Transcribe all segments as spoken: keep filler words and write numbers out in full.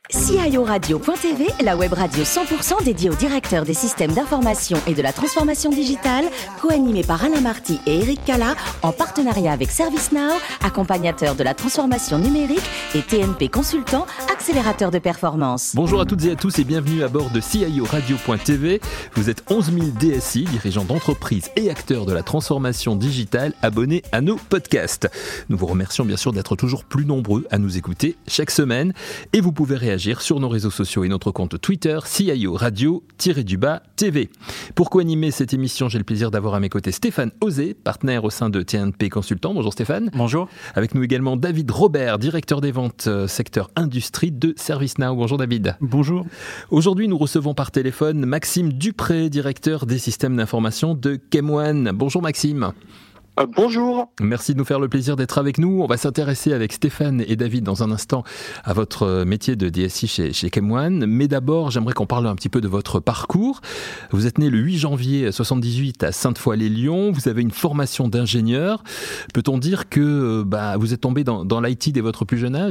C I O Radio point T V, la web radio cent pour cent dédiée aux directeurs des systèmes d'information et de la transformation digitale, co-animée par Alain Marty et Eric Cala, en partenariat avec ServiceNow, accompagnateur de la transformation numérique, et T N P Consultant, accélérateur de performance. Bonjour à toutes et à tous et bienvenue à bord de C I O Radio point T V. Vous êtes onze mille D S I, dirigeants d'entreprises et acteurs de la transformation digitale, abonnés à nos podcasts. Nous vous remercions bien sûr d'être toujours plus nombreux à nous écouter chaque semaine et vous pouvez réagir sur nos réseaux sociaux et notre compte Twitter C I O Radio-du-bas T V. Pour co-animer cette émission, j'ai le plaisir d'avoir à mes côtés Stéphane Osé, partenaire au sein de T N P Consultant. Bonjour Stéphane. Bonjour. Avec nous également David Robert, directeur des ventes euh, secteur industrie de ServiceNow. Bonjour David. Bonjour. Aujourd'hui, nous recevons par téléphone Maxime Dupré, directeur des systèmes d'information de Chemone. Bonjour Maxime. Euh, bonjour. Merci de nous faire le plaisir d'être avec nous. On va s'intéresser avec Stéphane et David dans un instant à votre métier de D S I chez, chez Chemone. Mais d'abord, j'aimerais qu'on parle un petit peu de votre parcours. Vous êtes né le huit janvier soixante-dix-huit à Sainte-Foy-les-Lyons. Vous avez une formation d'ingénieur. Peut-on dire que bah, vous êtes tombé dans, dans l'I T dès votre plus jeune âge ?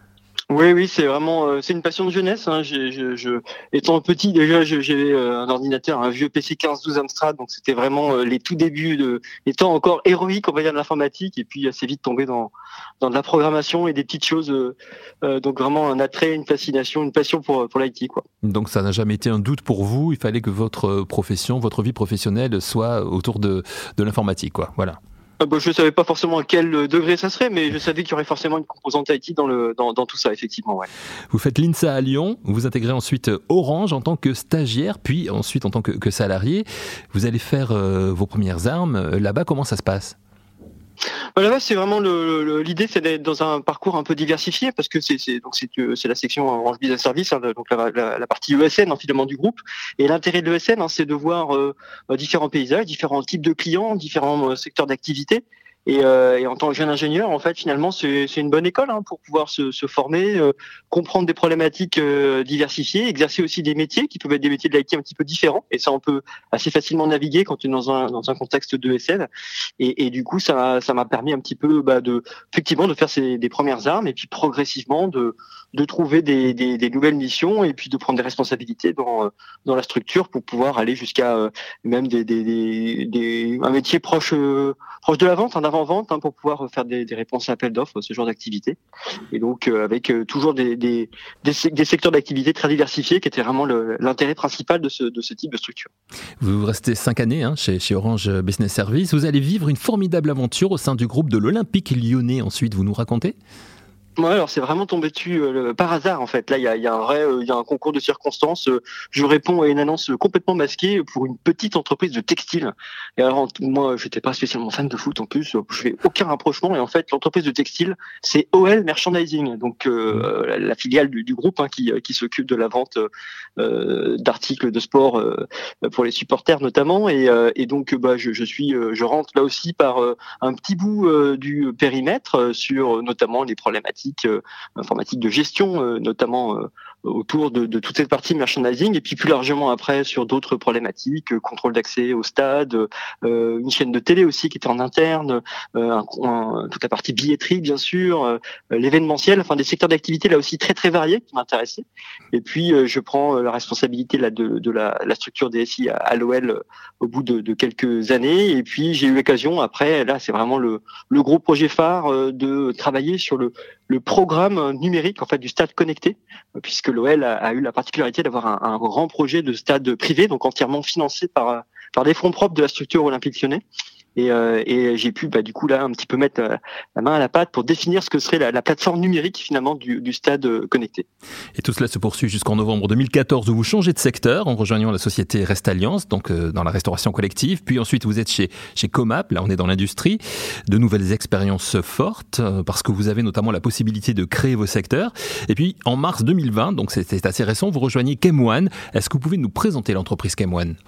Oui, oui, c'est vraiment, euh, c'est une passion de jeunesse. Hein. Je, je, je, étant petit, déjà, je, j'avais euh, un ordinateur, un vieux P C quinze douze Amstrad, donc c'était vraiment euh, les tout débuts de, les temps encore héroïques, on va dire, de l'informatique, et puis assez vite tombé dans, dans de la programmation et des petites choses. Euh, euh, donc vraiment un attrait, une fascination, une passion pour pour l'I T, quoi. Donc ça n'a jamais été un doute pour vous. Il fallait que votre profession, votre vie professionnelle soit autour de de l'informatique, quoi. Voilà. Bon, je ne savais pas forcément à quel degré ça serait, mais je savais qu'il y aurait forcément une composante I T dans, le, dans, dans tout ça, effectivement. Ouais. Vous faites l'INSA à Lyon, vous intégrez ensuite Orange en tant que stagiaire, puis ensuite en tant que, que salarié. Vous allez faire euh, vos premières armes. Là-bas, comment ça se passe ? Là-bas, c'est vraiment le, le, l'idée, c'est d'être dans un parcours un peu diversifié, parce que c'est, c'est donc c'est, c'est la section Orange Business Service, hein, donc la, la, la partie E S N, finalement, du groupe. Et l'intérêt de l'E S N, hein, c'est de voir euh, différents paysages, différents types de clients, différents euh, secteurs d'activité. Et, euh, et en tant que jeune ingénieur, en fait, finalement, c'est, c'est une bonne école, hein, pour pouvoir se, se former, euh, comprendre des problématiques euh, diversifiées, exercer aussi des métiers qui peuvent être des métiers de l'I T un petit peu différents. Et ça, on peut assez facilement naviguer quand on est dans un dans un contexte de E S N. Et, et du coup, ça m'a ça m'a permis un petit peu bah, de effectivement de faire ces, des premières armes et puis progressivement de de trouver des, des des nouvelles missions et puis de prendre des responsabilités dans dans la structure pour pouvoir aller jusqu'à euh, même des des des, des un métier proche euh, proche de la vente, un avant-vente, hein, pour pouvoir faire des, des réponses à appels d'offres, ce genre d'activité. Et donc euh, avec euh, toujours des, des, des, des secteurs d'activité très diversifiés, qui étaient vraiment le, l'intérêt principal de ce, de ce type de structure. Vous restez cinq années hein, chez, chez Orange Business Service. Vous allez vivre une formidable aventure au sein du groupe de l'Olympique Lyonnais. Ensuite, vous nous racontez ? Ouais, alors c'est vraiment tombé dessus euh, par hasard en fait. Là, il y a, y a un vrai, il euh, y a un concours de circonstances. Euh, je réponds à une annonce complètement masquée pour une petite entreprise de textile. Et alors moi, j'étais pas spécialement fan de foot en plus. Je fais aucun rapprochement. Et en fait, l'entreprise de textile, c'est O L Merchandising, donc euh, la, la filiale du, du groupe hein, qui, qui s'occupe de la vente euh, d'articles de sport euh, pour les supporters notamment. Et, euh, et donc, bah, je, je suis, je rentre là aussi par euh, un petit bout euh, du périmètre euh, sur notamment les problématiques Euh, informatique de gestion, euh, notamment euh, autour de, de toute cette partie merchandising, et puis plus largement après sur d'autres problématiques, euh, contrôle d'accès au stade, euh, une chaîne de télé aussi qui était en interne, euh, un, un, toute la partie billetterie bien sûr, euh, l'événementiel, enfin des secteurs d'activité là aussi très très variés qui m'intéressaient. Et puis euh, je prends la responsabilité là de, de la, la structure D S I à, à l'O L euh, au bout de, de quelques années, et puis j'ai eu l'occasion après, là c'est vraiment le, le gros projet phare euh, de travailler sur le le programme numérique en fait du stade connecté, puisque l'O L a, a eu la particularité d'avoir un, un grand projet de stade privé, donc entièrement financé par par des fonds propres de la structure olympique lyonnais. Et, euh, et j'ai pu bah, du coup là un petit peu mettre euh, la main à la pâte pour définir ce que serait la, la plateforme numérique finalement du, du stade euh, connecté. Et tout cela se poursuit jusqu'en novembre deux mille quatorze où vous changez de secteur en rejoignant la société Rest Alliance, donc euh, dans la restauration collective. Puis ensuite vous êtes chez chez Comap, là on est dans l'industrie. De nouvelles expériences fortes euh, parce que vous avez notamment la possibilité de créer vos secteurs. Et puis en mars deux mille vingt, donc c'est, c'est assez récent, vous rejoignez Chemone. Est-ce que vous pouvez nous présenter l'entreprise Chemone ?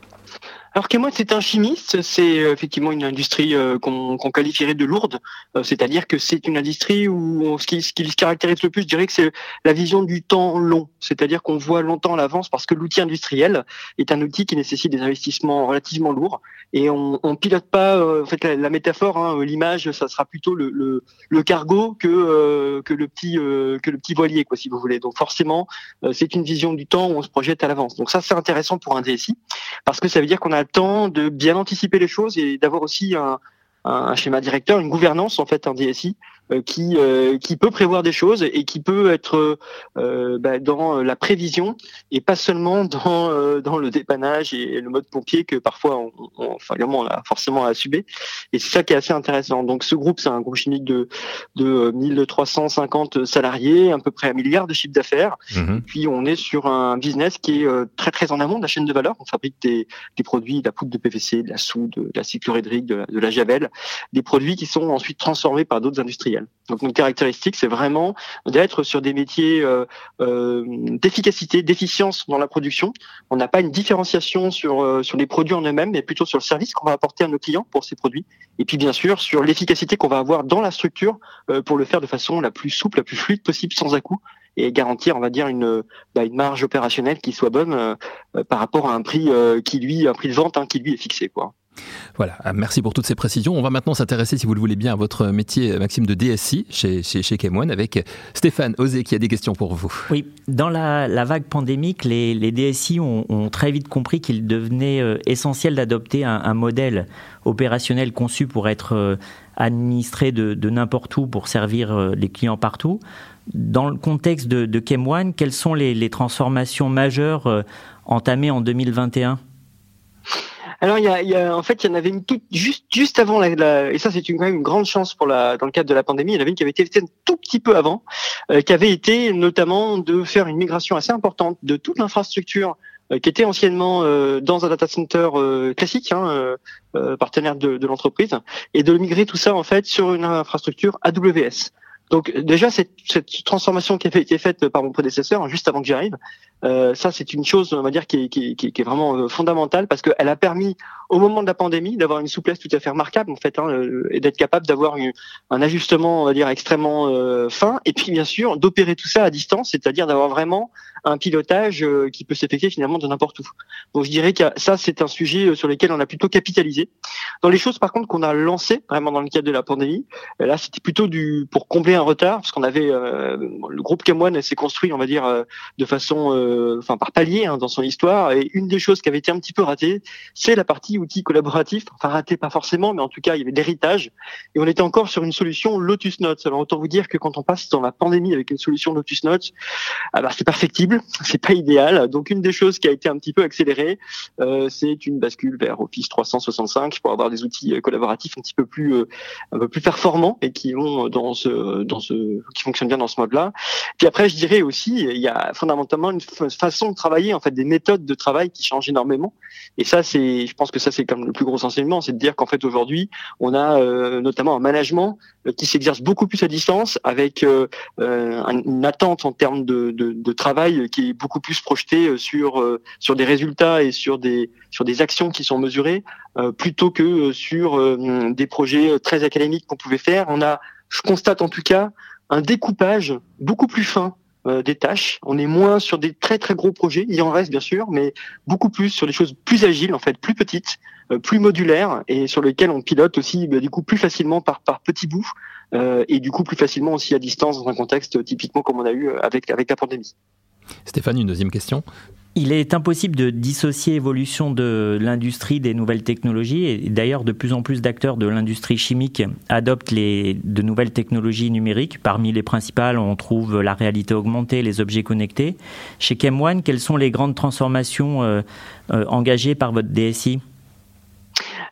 Alors Chemoine, c'est un chimiste, c'est euh, effectivement une industrie euh, qu'on, qu'on qualifierait de lourde, euh, c'est-à-dire que c'est une industrie où ce qui, ce qui se caractérise le plus, je dirais que c'est la vision du temps long, c'est-à-dire qu'on voit longtemps à l'avance parce que l'outil industriel est un outil qui nécessite des investissements relativement lourds et on, on pilote pas, euh, en fait la, la métaphore, hein, l'image, ça sera plutôt le, le, le cargo que euh, que le petit euh, que le petit voilier, quoi, si vous voulez. Donc forcément, euh, c'est une vision du temps où on se projette à l'avance. Donc ça, c'est intéressant pour un D S I parce que ça veut dire qu'on a le temps de bien anticiper les choses et d'avoir aussi un, un schéma directeur, une gouvernance en fait, un D S I euh, qui euh, qui peut prévoir des choses et qui peut être euh, bah, dans la prévision et pas seulement dans euh, dans le dépannage et le mode pompier que parfois on, on, enfin également on a forcément à subir. Et c'est ça qui est assez intéressant. Donc ce groupe, c'est un groupe chimique de de mille trois cent cinquante salariés, à peu près un milliard de chiffre d'affaires. Mmh. Et puis on est sur un business qui est euh, très très en amont de la chaîne de valeur. On fabrique des des produits, de la poudre de P V C, de la soude, de la cyclohydrique, de la, de la javel, des produits qui sont ensuite transformés par d'autres industriels. Donc notre caractéristique, c'est vraiment d'être sur des métiers euh, euh, d'efficacité, d'efficience dans la production. On n'a pas une différenciation sur euh, sur les produits en eux-mêmes, mais plutôt sur le service qu'on va apporter à nos clients pour ces produits. Et puis bien sûr sur l'efficacité qu'on va avoir dans la structure euh, pour le faire de façon la plus souple, la plus fluide possible, sans à-coups, et garantir, on va dire, une bah, une marge opérationnelle qui soit bonne euh, par rapport à un prix euh, qui lui, un prix de vente hein, qui lui est fixé, quoi. Voilà, merci pour toutes ces précisions. On va maintenant s'intéresser, si vous le voulez bien, à votre métier, Maxime, de D S I chez, chez, chez Chemoine, avec Stéphane Osé qui a des questions pour vous. Oui, dans la, la vague pandémique, les, les D S I ont, ont très vite compris qu'il devenait euh, essentiel d'adopter un, un modèle opérationnel conçu pour être euh, administré de, de n'importe où pour servir euh, les clients partout. Dans le contexte de, de Chemoine, quelles sont les, les transformations majeures euh, entamées en deux mille vingt et un ? Alors il y a, il y a en fait il y en avait une toute juste juste avant la, la et ça c'est une quand même une grande chance pour la dans le cadre de la pandémie. Il y en avait une qui avait été faite un tout petit peu avant, euh, qui avait été notamment de faire une migration assez importante de toute l'infrastructure euh, qui était anciennement euh, dans un data center euh, classique, hein, euh, euh, partenaire de, de l'entreprise, et de migrer tout ça en fait sur une infrastructure A W S. Donc déjà cette, cette transformation qui avait été faite par mon prédécesseur hein, juste avant que j'arrive, euh, ça c'est une chose on va dire qui est, qui est, qui est vraiment euh, fondamentale parce qu'elle a permis au moment de la pandémie d'avoir une souplesse tout à fait remarquable en fait hein, euh, et d'être capable d'avoir une, un ajustement on va dire extrêmement euh, fin et puis bien sûr d'opérer tout ça à distance, c'est-à-dire d'avoir vraiment un pilotage euh, qui peut s'effectuer finalement de n'importe où. Donc je dirais que ça c'est un sujet sur lequel on a plutôt capitalisé. Dans les choses par contre qu'on a lancées vraiment dans le cadre de la pandémie, là c'était plutôt du pour combler un retard parce qu'on avait euh, le groupe Chemoine s'est construit on va dire euh, de façon euh, enfin par palier hein, dans son histoire et une des choses qui avait été un petit peu ratée c'est la partie outils collaboratifs, enfin ratée pas forcément mais en tout cas il y avait l'héritage et on était encore sur une solution Lotus Notes. Alors autant vous dire que quand on passe dans la pandémie avec une solution Lotus Notes, ah bah, c'est perfectible, c'est pas idéal. Donc une des choses qui a été un petit peu accélérée euh, c'est une bascule vers Office trois cent soixante-cinq pour avoir des outils collaboratifs un petit peu plus euh, un peu plus performants et qui vont dans ce dans ce qui fonctionne bien dans ce mode-là. Puis après, je dirais aussi, il y a fondamentalement une façon de travailler, en fait, des méthodes de travail qui changent énormément. Et ça, c'est, je pense que ça, c'est comme le plus gros enseignement, c'est de dire qu'en fait, aujourd'hui, on a euh, notamment un management euh, qui s'exerce beaucoup plus à distance, avec euh, euh, une attente en termes de, de, de travail qui est beaucoup plus projetée sur euh, sur des résultats et sur des sur des actions qui sont mesurées, euh, plutôt que sur euh, des projets très académiques qu'on pouvait faire. On a Je constate en tout cas un découpage beaucoup plus fin euh, des tâches. On est moins sur des très très gros projets, il y en reste bien sûr, mais beaucoup plus sur des choses plus agiles, en fait, plus petites, euh, plus modulaires, et sur lesquelles on pilote aussi bah, du coup plus facilement par par petits bouts, euh, et du coup plus facilement aussi à distance dans un contexte typiquement comme on a eu avec avec la pandémie. Stéphane, une deuxième question. Il est impossible de dissocier l'évolution de l'industrie des nouvelles technologies et d'ailleurs de plus en plus d'acteurs de l'industrie chimique adoptent les, de nouvelles technologies numériques. Parmi les principales, on trouve la réalité augmentée, les objets connectés. Chez Chemoine, quelles sont les grandes transformations euh, euh, engagées par votre D S I ?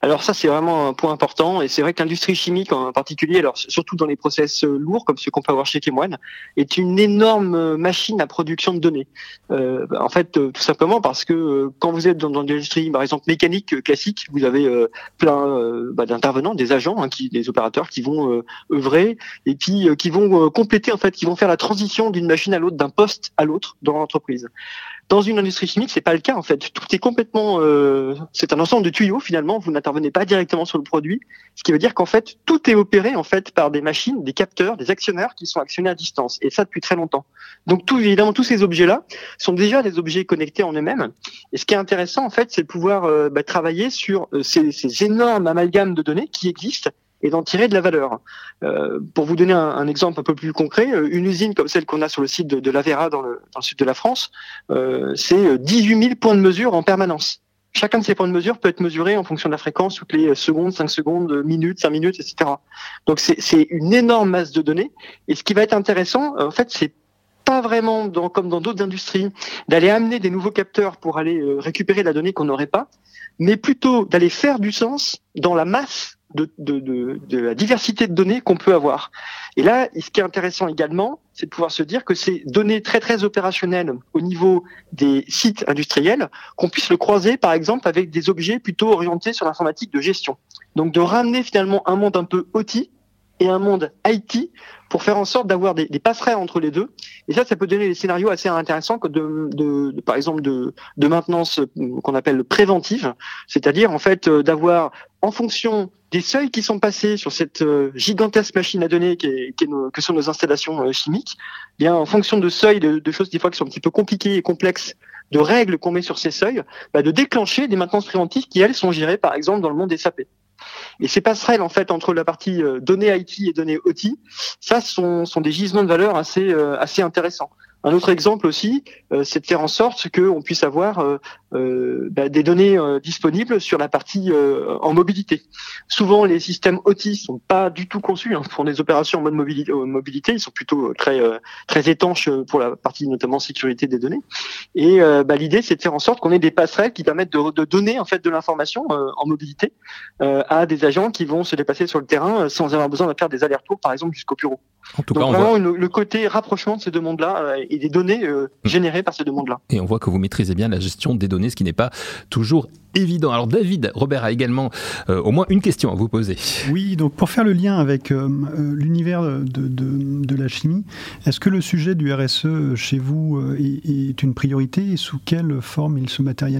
Alors ça, c'est vraiment un point important, et c'est vrai que l'industrie chimique en particulier, alors surtout dans les process lourds comme ceux qu'on peut avoir chez Chemoine, est une énorme machine à production de données. Euh, en fait, euh, tout simplement parce que euh, quand vous êtes dans, dans l'industrie, par exemple mécanique euh, classique, vous avez euh, plein euh, bah, d'intervenants, des agents, hein, qui, des opérateurs qui vont euh, œuvrer et puis euh, qui vont euh, compléter, en fait, qui vont faire la transition d'une machine à l'autre, d'un poste à l'autre dans l'entreprise. Dans une industrie chimique, c'est pas le cas en fait. Tout est complètement, euh, c'est un ensemble de tuyaux finalement. Vous n'intervenez pas directement sur le produit, ce qui veut dire qu'en fait tout est opéré en fait par des machines, des capteurs, des actionneurs qui sont actionnés à distance, et ça depuis très longtemps. Donc tout évidemment tous ces objets-là sont déjà des objets connectés en eux-mêmes. Et ce qui est intéressant en fait, c'est de pouvoir euh, bah, travailler sur euh, ces, ces énormes amalgames de données qui existent et d'en tirer de la valeur. Euh, pour vous donner un, un exemple un peu plus concret, une usine comme celle qu'on a sur le site de, de l'Avera dans le, dans le sud de la France, euh, c'est dix-huit mille points de mesure en permanence. Chacun de ces points de mesure peut être mesuré en fonction de la fréquence, toutes les secondes, cinq secondes, minutes, cinq minutes, et cetera. Donc c'est, c'est une énorme masse de données. Et ce qui va être intéressant, en fait, c'est pas vraiment dans, comme dans d'autres industries, d'aller amener des nouveaux capteurs pour aller euh, récupérer la donnée qu'on n'aurait pas, mais plutôt d'aller faire du sens dans la masse De, de, de, de la diversité de données qu'on peut avoir. Et là, ce qui est intéressant également, c'est de pouvoir se dire que ces données très très opérationnelles au niveau des sites industriels, qu'on puisse le croiser par exemple avec des objets plutôt orientés sur l'informatique de gestion. Donc de ramener finalement un monde un peu O T et un monde I T pour faire en sorte d'avoir des, des passerelles entre les deux. Et ça, ça peut donner des scénarios assez intéressants que de, de, de par exemple de, de maintenance qu'on appelle préventive, c'est-à-dire en fait euh, d'avoir en fonction des seuils qui sont passés sur cette euh, gigantesque machine à données qui est, qui est nos, que sont nos installations euh, chimiques, bien en fonction de seuils, de, de choses des fois qui sont un petit peu compliquées et complexes, de règles qu'on met sur ces seuils, bah, de déclencher des maintenances préventives qui elles sont gérées par exemple dans le monde S A P. Et ces passerelles en fait entre la partie euh, données I T et données O T, ça sont, sont des gisements de valeur assez euh, assez intéressants. Un autre exemple aussi, euh, c'est de faire en sorte qu'on puisse avoir euh, euh, bah, des données euh, disponibles sur la partie euh, en mobilité. Souvent, les systèmes O T sont pas du tout conçus hein, pour des opérations en mode mobilité. Euh, mobilité. Ils sont plutôt très euh, très étanches pour la partie notamment sécurité des données. Et euh, bah, l'idée, c'est de faire en sorte qu'on ait des passerelles qui permettent de, de donner en fait de l'information euh, en mobilité euh, à des agents qui vont se déplacer sur le terrain euh, sans avoir besoin de faire des allers-retours, par exemple, jusqu'au bureau. En tout Donc cas, on vraiment voit... une, le côté rapprochement de ces deux mondes-là euh, et des données euh, générées par ces deux mondes-là. Et on voit que vous maîtrisez bien la gestion des données, ce qui n'est pas toujours évident. Alors David Robert a également euh, au moins une question à vous poser. Oui, donc pour faire le lien avec euh, l'univers de, de, de la chimie, est-ce que le sujet du R S E chez vous euh, est, est une priorité et sous quelle forme il se matérialise ?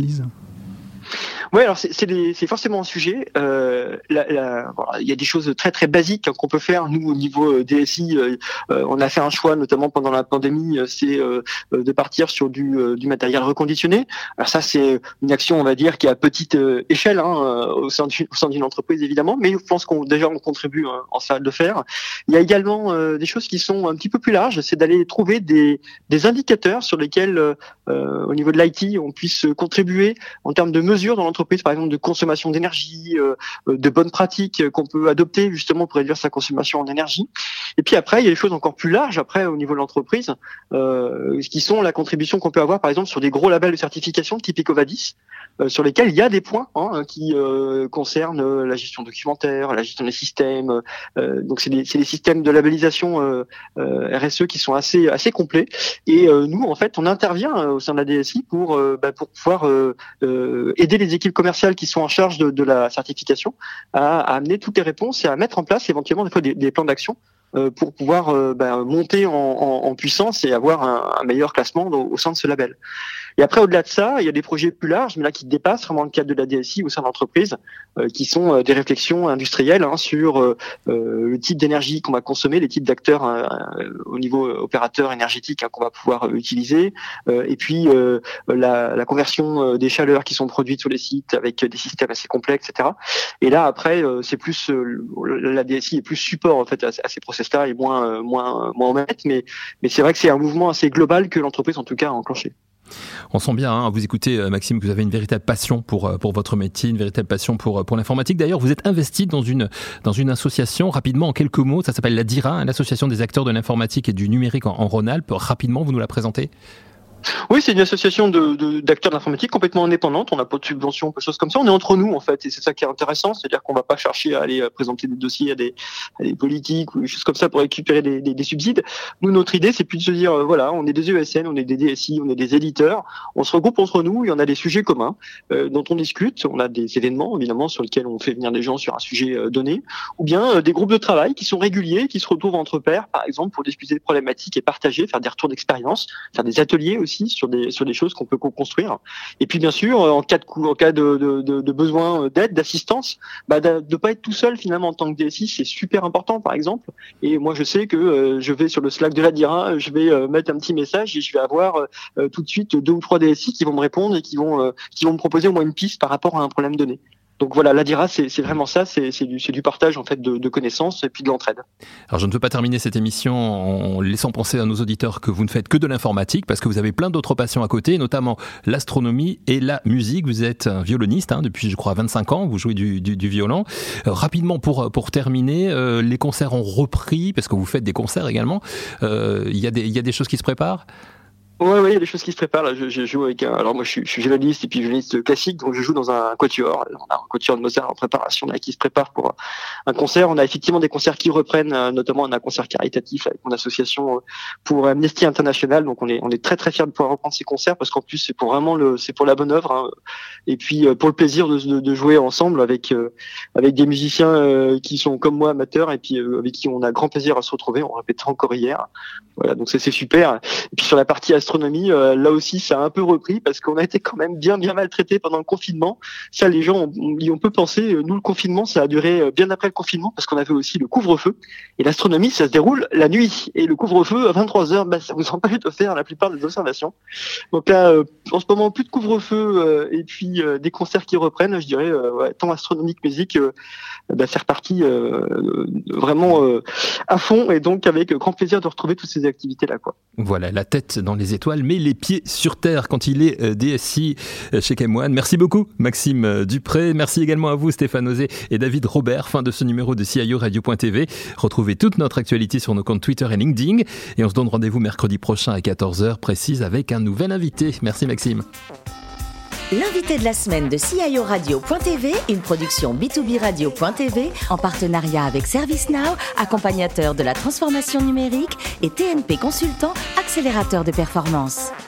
Oui, alors c'est, c'est, des, c'est forcément un sujet. Euh, la, la, voilà, il y a des choses très très basiques qu'on peut faire. Nous, au niveau D S I, euh, euh, on a fait un choix, notamment pendant la pandémie, c'est euh, de partir sur du, euh, du matériel reconditionné. Alors ça, c'est une action, on va dire, qui est à petite euh, échelle hein, au, sein d'une, au sein d'une entreprise, évidemment, mais je pense qu'on déjà on contribue hein, en ça de le faire. Il y a également euh, des choses qui sont un petit peu plus larges, c'est d'aller trouver des, des indicateurs sur lesquels, euh, au niveau de l'I T, on puisse contribuer en termes de mesures dans l'entreprise, par exemple de consommation d'énergie, euh, de bonnes pratiques qu'on peut adopter justement pour réduire sa consommation en énergie. Et puis après, il y a des choses encore plus larges après au niveau de l'entreprise, euh, qui sont la contribution qu'on peut avoir par exemple sur des gros labels de certification type EcoVadis, euh, sur lesquels il y a des points hein, qui euh, concernent la gestion documentaire, la gestion des systèmes. Euh, donc c'est des, c'est des systèmes de labellisation euh, euh, R S E qui sont assez assez complets. Et euh, nous en fait, on intervient euh, au sein de la D S I pour euh, bah, pour pouvoir euh, euh, aider les équipes commerciales qui sont en charge de, de la certification à, à amener toutes les réponses et à mettre en place éventuellement des fois des, des plans d'action euh, pour pouvoir euh, bah, monter en, en, en puissance et avoir un, un meilleur classement au, au sein de ce label. Et après, au-delà de ça, il y a des projets plus larges, mais là qui dépassent vraiment le cadre de la D S I au sein de l'entreprise, euh, qui sont euh, des réflexions industrielles hein, sur euh, euh, le type d'énergie qu'on va consommer, les types d'acteurs euh, au niveau opérateur énergétique hein, qu'on va pouvoir euh, utiliser, euh, et puis euh, la, la conversion euh, des chaleurs qui sont produites sur les sites avec des systèmes assez complexes, et cetera. Et là, après, euh, c'est plus euh, la D S I est plus support en fait à, à ces process-là et moins euh, moins moins en mettre, mais mais c'est vrai que c'est un mouvement assez global que l'entreprise en tout cas a enclenché. On sent bien, hein, vous écoutez Maxime, que vous avez une véritable passion pour, pour votre métier, une véritable passion pour, pour l'informatique. D'ailleurs, vous êtes investi dans une, dans une association, rapidement, en quelques mots, ça s'appelle la D I R A, l'association des acteurs de l'informatique et du numérique en, en Rhône-Alpes. Rapidement, vous nous la présentez ? Oui, c'est une association de, de, d'acteurs de l'informatique complètement indépendante. On n'a pas de subvention, pas de choses comme ça. On est entre nous, en fait, et c'est ça qui est intéressant. C'est-à-dire qu'on va pas chercher à aller présenter des dossiers à des, à des politiques ou des choses comme ça pour récupérer des, des, des subsides. Nous, notre idée, c'est plus de se dire, euh, voilà, on est des E S N, on est des D S I, on est des éditeurs. On se regroupe entre nous et on a des sujets communs euh, dont on discute. On a des événements, évidemment, sur lesquels on fait venir des gens sur un sujet euh, donné, ou bien euh, des groupes de travail qui sont réguliers, qui se retrouvent entre pairs, par exemple, pour discuter de problématiques et partager, faire des retours d'expérience, faire des ateliers aussi sur des sur des choses qu'on peut co-construire. Et puis bien sûr, en cas de coup, en cas de, de, de, de besoin d'aide, d'assistance, bah, de ne pas être tout seul finalement en tant que D S I, c'est super important par exemple. Et moi je sais que euh, je vais sur le Slack de la DIRA, je vais euh, mettre un petit message et je vais avoir euh, tout de suite deux ou trois D S I qui vont me répondre et qui vont euh, qui vont me proposer au moins une piste par rapport à un problème donné. Donc voilà, la DIRA, c'est, c'est vraiment ça, c'est, c'est, du, c'est du partage en fait de, de connaissances et puis de l'entraide. Alors je ne veux pas terminer cette émission en laissant penser à nos auditeurs que vous ne faites que de l'informatique, parce que vous avez plein d'autres passions à côté, notamment l'astronomie et la musique. Vous êtes un violoniste hein, depuis, je crois, vingt-cinq ans, vous jouez du, du, du violon. Euh, rapidement, pour, pour terminer, euh, les concerts ont repris, parce que vous faites des concerts également. Euh, il y a des, il y a des choses qui se préparent ? Ouais, ouais, il y a des choses qui se préparent. Là, je, je joue avec un. Alors moi, je suis, je suis violoniste et puis violoniste classique, donc je joue dans un quatuor. On a un quatuor de Mozart en préparation là qui se prépare pour un concert. On a effectivement des concerts qui reprennent, notamment on a un concert caritatif avec mon association pour Amnesty International. Donc on est, on est très très fiers de pouvoir reprendre ces concerts parce qu'en plus c'est pour vraiment le, c'est pour la bonne œuvre hein. Et puis pour le plaisir de, de, de jouer ensemble avec avec des musiciens qui sont comme moi amateurs et puis avec qui on a grand plaisir à se retrouver. On répétait encore hier. Voilà, donc ça c'est super. Et puis sur la partie astronomie, euh, là aussi ça a un peu repris parce qu'on a été quand même bien bien maltraité pendant le confinement. Ça, les gens, on, on peut penser, nous le confinement, ça a duré bien après le confinement parce qu'on avait aussi le couvre-feu. Et l'astronomie, ça se déroule la nuit. Et le couvre-feu à vingt-trois heures, bah, ça vous empêche de faire la plupart des observations. Donc là, euh, en ce moment, plus de couvre-feu euh, et puis euh, des concerts qui reprennent. Je dirais, euh, ouais, tant astronomique, musique, euh, bah, faire partie euh, vraiment euh, à fond et donc avec grand plaisir de retrouver toutes ces activités-là, quoi. Voilà, la tête dans les étoiles, mais les pieds sur terre quand il est D S I chez Chem One. Merci beaucoup, Maxime Dupré. Merci également à vous, Stéphane Auzé et David Robert. Fin de ce numéro de C I O Radio point T V. Retrouvez toute notre actualité sur nos comptes Twitter et LinkedIn. Et on se donne rendez-vous mercredi prochain à quatorze heures précise avec un nouvel invité. Merci, Maxime. L'invité de la semaine de C I O Radio point T V, une production B deux B Radio point T V en partenariat avec ServiceNow, accompagnateur de la transformation numérique, et T N P Consultant, accélérateur de performance.